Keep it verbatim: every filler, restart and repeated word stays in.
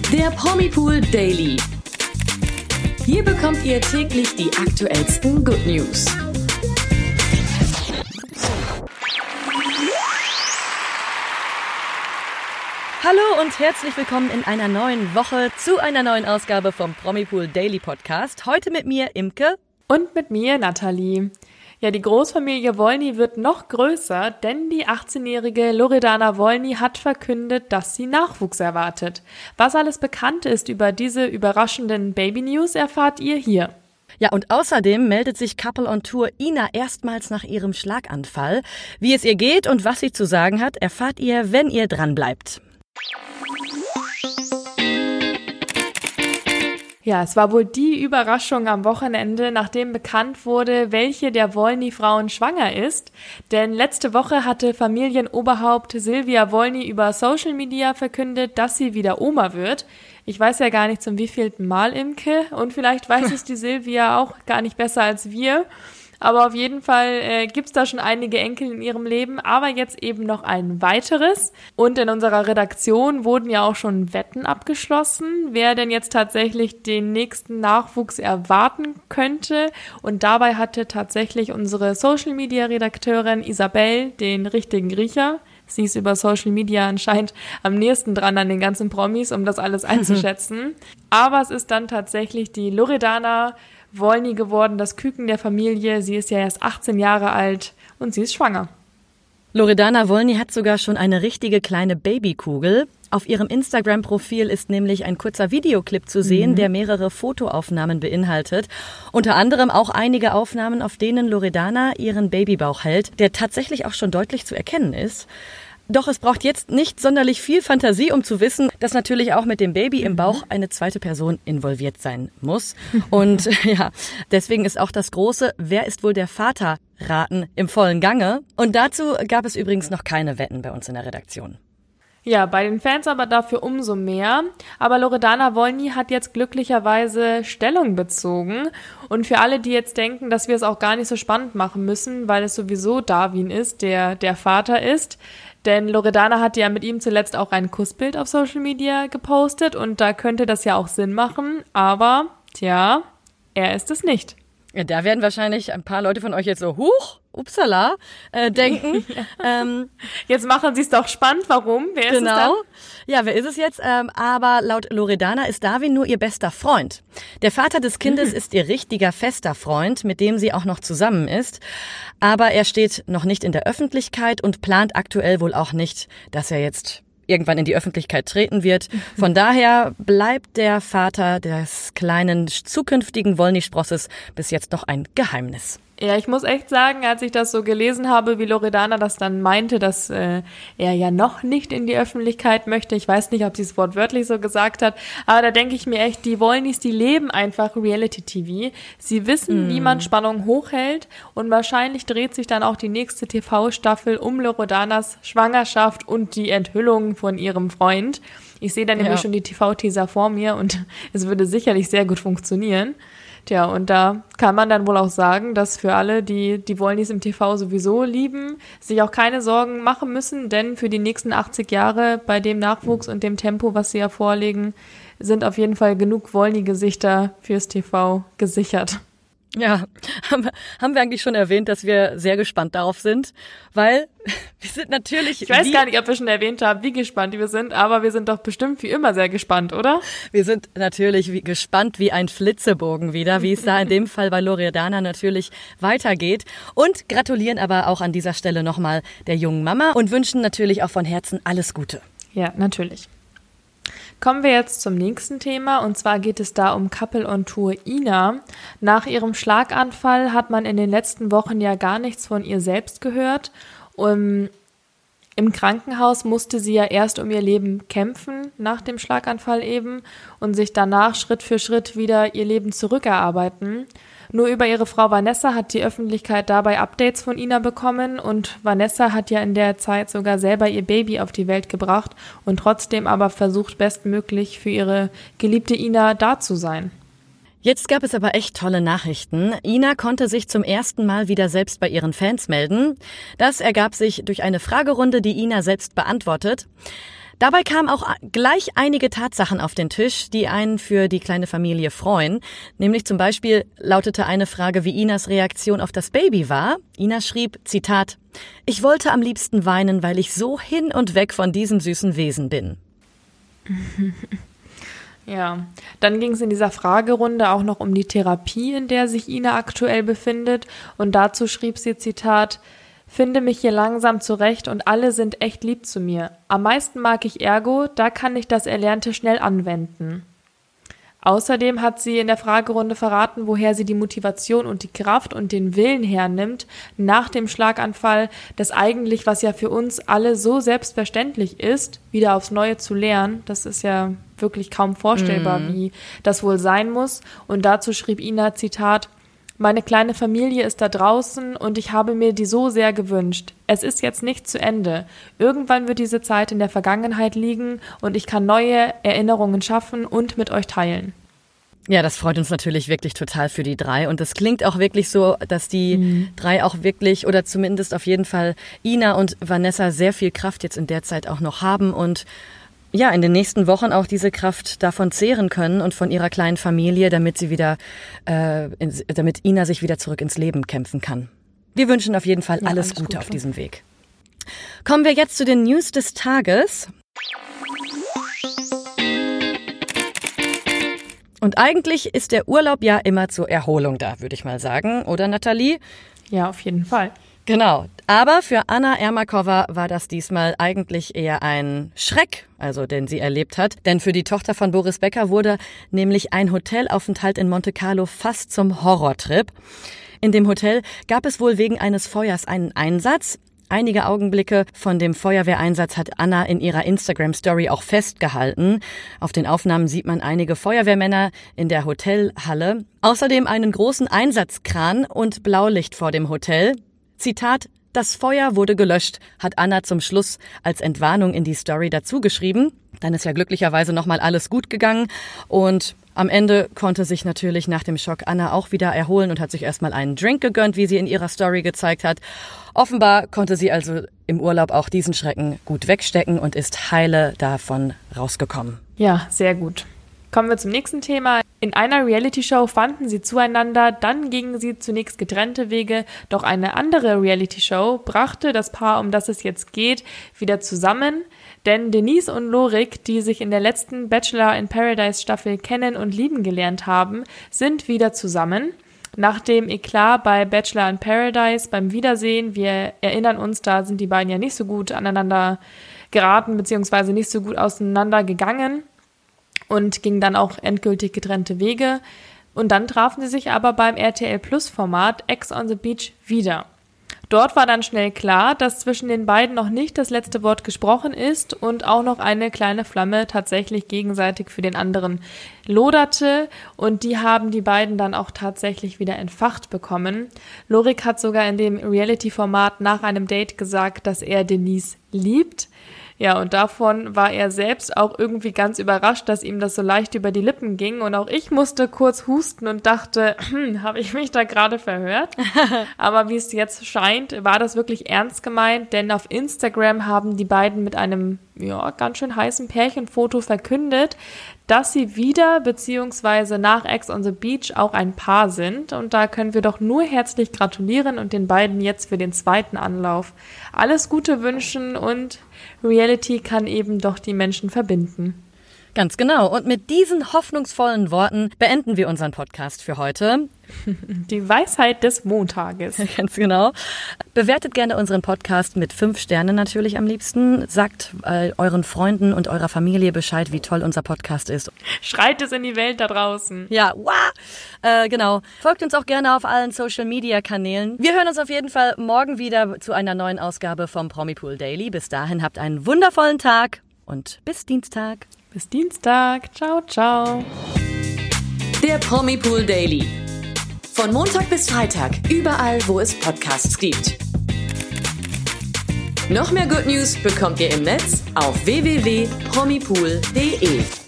Der Promipool Daily. Hier bekommt ihr täglich die aktuellsten Good News. Hallo und herzlich willkommen in einer neuen Woche zu einer neuen Ausgabe vom Promipool Daily Podcast. Heute mit mir Imke. Und mit mir Nathalie. Ja, die Großfamilie Wolny wird noch größer, denn die achtzehnjährige Loredana Wolny hat verkündet, dass sie Nachwuchs erwartet. Was alles bekannt ist über diese überraschenden Baby-News, erfahrt ihr hier. Ja, und außerdem meldet sich Couple on Tour Ina erstmals nach ihrem Schlaganfall. Wie es ihr geht und was sie zu sagen hat, erfahrt ihr, wenn ihr dran bleibt. Ja, es war wohl die Überraschung am Wochenende, nachdem bekannt wurde, welche der Wolny-Frauen schwanger ist. Denn letzte Woche hatte Familienoberhaupt Silvia Wolny über Social Media verkündet, dass sie wieder Oma wird. Ich weiß ja gar nicht zum wievielten Mal, Imke, und vielleicht weiß es die Silvia auch gar nicht besser als wir. Aber auf jeden Fall äh, gibt's da schon einige Enkel in ihrem Leben, aber jetzt eben noch ein weiteres. Und in unserer Redaktion wurden ja auch schon Wetten abgeschlossen, wer denn jetzt tatsächlich den nächsten Nachwuchs erwarten könnte. Und dabei hatte tatsächlich unsere Social-Media-Redakteurin Isabel den richtigen Riecher. Sie ist über Social Media anscheinend am nächsten dran an den ganzen Promis, um das alles einzuschätzen. Aber es ist dann tatsächlich die Loredana Wolny geworden, das Küken der Familie. Sie ist ja erst achtzehn Jahre alt und sie ist schwanger. Loredana Wolny hat sogar schon eine richtige kleine Babykugel. Auf ihrem Instagram-Profil ist nämlich ein kurzer Videoclip zu sehen, mhm. der mehrere Fotoaufnahmen beinhaltet. Unter anderem auch einige Aufnahmen, auf denen Loredana ihren Babybauch hält, der tatsächlich auch schon deutlich zu erkennen ist. Doch es braucht jetzt nicht sonderlich viel Fantasie, um zu wissen, dass natürlich auch mit dem Baby im Bauch eine zweite Person involviert sein muss. Und ja, deswegen ist auch das große Wer ist wohl der Vater? Raten im vollen Gange. Und dazu gab es übrigens noch keine Wetten bei uns in der Redaktion. Ja, bei den Fans aber dafür umso mehr. Aber Loredana Wolny hat jetzt glücklicherweise Stellung bezogen. Und für alle, die jetzt denken, dass wir es auch gar nicht so spannend machen müssen, weil es sowieso Darwin ist, der der Vater ist. Denn Loredana hat ja mit ihm zuletzt auch ein Kussbild auf Social Media gepostet und da könnte das ja auch Sinn machen. Aber, tja, er ist es nicht. Ja, da werden wahrscheinlich ein paar Leute von euch jetzt so, huch, upsala, äh, denken. ähm, jetzt machen sie es doch spannend. Warum? Wer ist genau. es dann? Ja, wer ist es jetzt? Ähm, aber laut Loredana ist Darwin nur ihr bester Freund. Der Vater des Kindes ist ihr richtiger fester Freund, mit dem sie auch noch zusammen ist. Aber er steht noch nicht in der Öffentlichkeit und plant aktuell wohl auch nicht, dass er jetzt irgendwann in die Öffentlichkeit treten wird. Von daher bleibt der Vater des kleinen zukünftigen Wolny-Sprosses bis jetzt noch ein Geheimnis. Ja, ich muss echt sagen, als ich das so gelesen habe, wie Loredana das dann meinte, dass äh, er ja noch nicht in die Öffentlichkeit möchte. Ich weiß nicht, ob sie es wortwörtlich so gesagt hat, aber da denke ich mir echt, die Wolnys, die leben einfach Reality-T V. Sie wissen, mm. wie man Spannung hochhält und wahrscheinlich dreht sich dann auch die nächste T V-Staffel um Loredanas Schwangerschaft und die Enthüllung von ihrem Freund. Ich sehe dann nämlich ja. schon die T V-Teaser vor mir und es würde sicherlich sehr gut funktionieren. Tja, und da kann man dann wohl auch sagen, dass für alle, die die Wolnys im T V sowieso lieben, sich auch keine Sorgen machen müssen, denn für die nächsten achtzig Jahre bei dem Nachwuchs und dem Tempo, was sie ja vorlegen, sind auf jeden Fall genug Wolny-Gesichter fürs T V gesichert. Ja, haben wir, haben wir eigentlich schon erwähnt, dass wir sehr gespannt darauf sind, weil wir sind natürlich... Ich weiß gar nicht, ob wir schon erwähnt haben, wie gespannt wir sind, aber wir sind doch bestimmt wie immer sehr gespannt, oder? Wir sind natürlich wie, gespannt wie ein Flitzebogen wieder, wie es da in dem Fall bei Loredana natürlich weitergeht und gratulieren aber auch an dieser Stelle nochmal der jungen Mama und wünschen natürlich auch von Herzen alles Gute. Ja, natürlich. Kommen wir jetzt zum nächsten Thema und zwar geht es da um Couple on Tour Ina. Nach ihrem Schlaganfall hat man in den letzten Wochen ja gar nichts von ihr selbst gehört. Um, Im Krankenhaus musste sie ja erst um ihr Leben kämpfen, nach dem Schlaganfall eben, und sich danach Schritt für Schritt wieder ihr Leben zurückerarbeiten. Nur über ihre Frau Vanessa hat die Öffentlichkeit dabei Updates von Ina bekommen und Vanessa hat ja in der Zeit sogar selber ihr Baby auf die Welt gebracht und trotzdem aber versucht, bestmöglich für ihre geliebte Ina da zu sein. Jetzt gab es aber echt tolle Nachrichten. Ina konnte sich zum ersten Mal wieder selbst bei ihren Fans melden. Das ergab sich durch eine Fragerunde, die Ina selbst beantwortet. Dabei kamen auch gleich einige Tatsachen auf den Tisch, die einen für die kleine Familie freuen. Nämlich zum Beispiel lautete eine Frage, wie Inas Reaktion auf das Baby war. Ina schrieb, Zitat, ich wollte am liebsten weinen, weil ich so hin und weg von diesem süßen Wesen bin. Ja, dann ging es in dieser Fragerunde auch noch um die Therapie, in der sich Ina aktuell befindet. Und dazu schrieb sie, Zitat, finde mich hier langsam zurecht und alle sind echt lieb zu mir. Am meisten mag ich Ergo, da kann ich das Erlernte schnell anwenden. Außerdem hat sie in der Fragerunde verraten, woher sie die Motivation und die Kraft und den Willen hernimmt, nach dem Schlaganfall, das eigentlich, was ja für uns alle so selbstverständlich ist, wieder aufs Neue zu lernen. Das ist ja wirklich kaum vorstellbar, mm. wie das wohl sein muss. Und dazu schrieb Ina, Zitat, meine kleine Familie ist da draußen und ich habe mir die so sehr gewünscht. Es ist jetzt nicht zu Ende. Irgendwann wird diese Zeit in der Vergangenheit liegen und ich kann neue Erinnerungen schaffen und mit euch teilen. Ja, das freut uns natürlich wirklich total für die drei. Und es klingt auch wirklich so, dass die mhm. drei auch wirklich, oder zumindest auf jeden Fall Ina und Vanessa, sehr viel Kraft jetzt in der Zeit auch noch haben und ja, in den nächsten Wochen auch diese Kraft davon zehren können und von ihrer kleinen Familie, damit sie wieder, äh, in, damit Ina sich wieder zurück ins Leben kämpfen kann. Wir wünschen auf jeden Fall ja, alles, alles Gute, Gute auf diesem Weg. Kommen wir jetzt zu den News des Tages. Und eigentlich ist der Urlaub ja immer zur Erholung da, würde ich mal sagen, oder Nathalie? Ja, auf jeden Fall. Genau, aber für Anna Ermakova war das diesmal eigentlich eher ein Schreck, also den sie erlebt hat. Denn für die Tochter von Boris Becker wurde nämlich ein Hotelaufenthalt in Monte Carlo fast zum Horrortrip. In dem Hotel gab es wohl wegen eines Feuers einen Einsatz. Einige Augenblicke von dem Feuerwehreinsatz hat Anna in ihrer Instagram-Story auch festgehalten. Auf den Aufnahmen sieht man einige Feuerwehrmänner in der Hotelhalle. Außerdem einen großen Einsatzkran und Blaulicht vor dem Hotel. Zitat, das Feuer wurde gelöscht, hat Anna zum Schluss als Entwarnung in die Story dazu geschrieben. Dann ist ja glücklicherweise nochmal alles gut gegangen und am Ende konnte sich natürlich nach dem Schock Anna auch wieder erholen und hat sich erstmal einen Drink gegönnt, wie sie in ihrer Story gezeigt hat. Offenbar konnte sie also im Urlaub auch diesen Schrecken gut wegstecken und ist heile davon rausgekommen. Ja, sehr gut. Kommen wir zum nächsten Thema. In einer Reality-Show fanden sie zueinander, dann gingen sie zunächst getrennte Wege, doch eine andere Reality-Show brachte das Paar, um das es jetzt geht, wieder zusammen. Denn Denise und Lorik, die sich in der letzten Bachelor in Paradise Staffel kennen und lieben gelernt haben, sind wieder zusammen. Nach dem Eklat bei Bachelor in Paradise beim Wiedersehen, wir erinnern uns, da sind die beiden ja nicht so gut aneinander geraten, beziehungsweise nicht so gut auseinander gegangen. Und gingen dann auch endgültig getrennte Wege. Und dann trafen sie sich aber beim R T L Plus Format Ex on the Beach wieder. Dort war dann schnell klar, dass zwischen den beiden noch nicht das letzte Wort gesprochen ist und auch noch eine kleine Flamme tatsächlich gegenseitig für den anderen loderte. Und die haben die beiden dann auch tatsächlich wieder entfacht bekommen. Lorik hat sogar in dem Reality-Format nach einem Date gesagt, dass er Denise liebt. Ja, und davon war er selbst auch irgendwie ganz überrascht, dass ihm das so leicht über die Lippen ging. Und auch ich musste kurz husten und dachte, hm, habe ich mich da gerade verhört? Aber wie es jetzt scheint, war das wirklich ernst gemeint, denn auf Instagram haben die beiden mit einem ja, ganz schön heißen Pärchenfoto verkündet, dass sie wieder bzw. nach Ex on the Beach auch ein Paar sind. Und da können wir doch nur herzlich gratulieren und den beiden jetzt für den zweiten Anlauf alles Gute wünschen und Reality kann eben doch die Menschen verbinden. Ganz genau. Und mit diesen hoffnungsvollen Worten beenden wir unseren Podcast für heute. Die Weisheit des Montages. Ganz genau. Bewertet gerne unseren Podcast mit fünf Sternen natürlich am liebsten. Sagt äh, euren Freunden und eurer Familie Bescheid, wie toll unser Podcast ist. Schreit es in die Welt da draußen. Ja, wow. Äh, genau. Folgt uns auch gerne auf allen Social-Media-Kanälen. Wir hören uns auf jeden Fall morgen wieder zu einer neuen Ausgabe vom Promipool Daily. Bis dahin habt einen wundervollen Tag und bis Dienstag. Bis Dienstag. Ciao, ciao. Der Promipool Daily. Von Montag bis Freitag, überall, wo es Podcasts gibt. Noch mehr Good News bekommt ihr im Netz auf w w w punkt promipool punkt d e.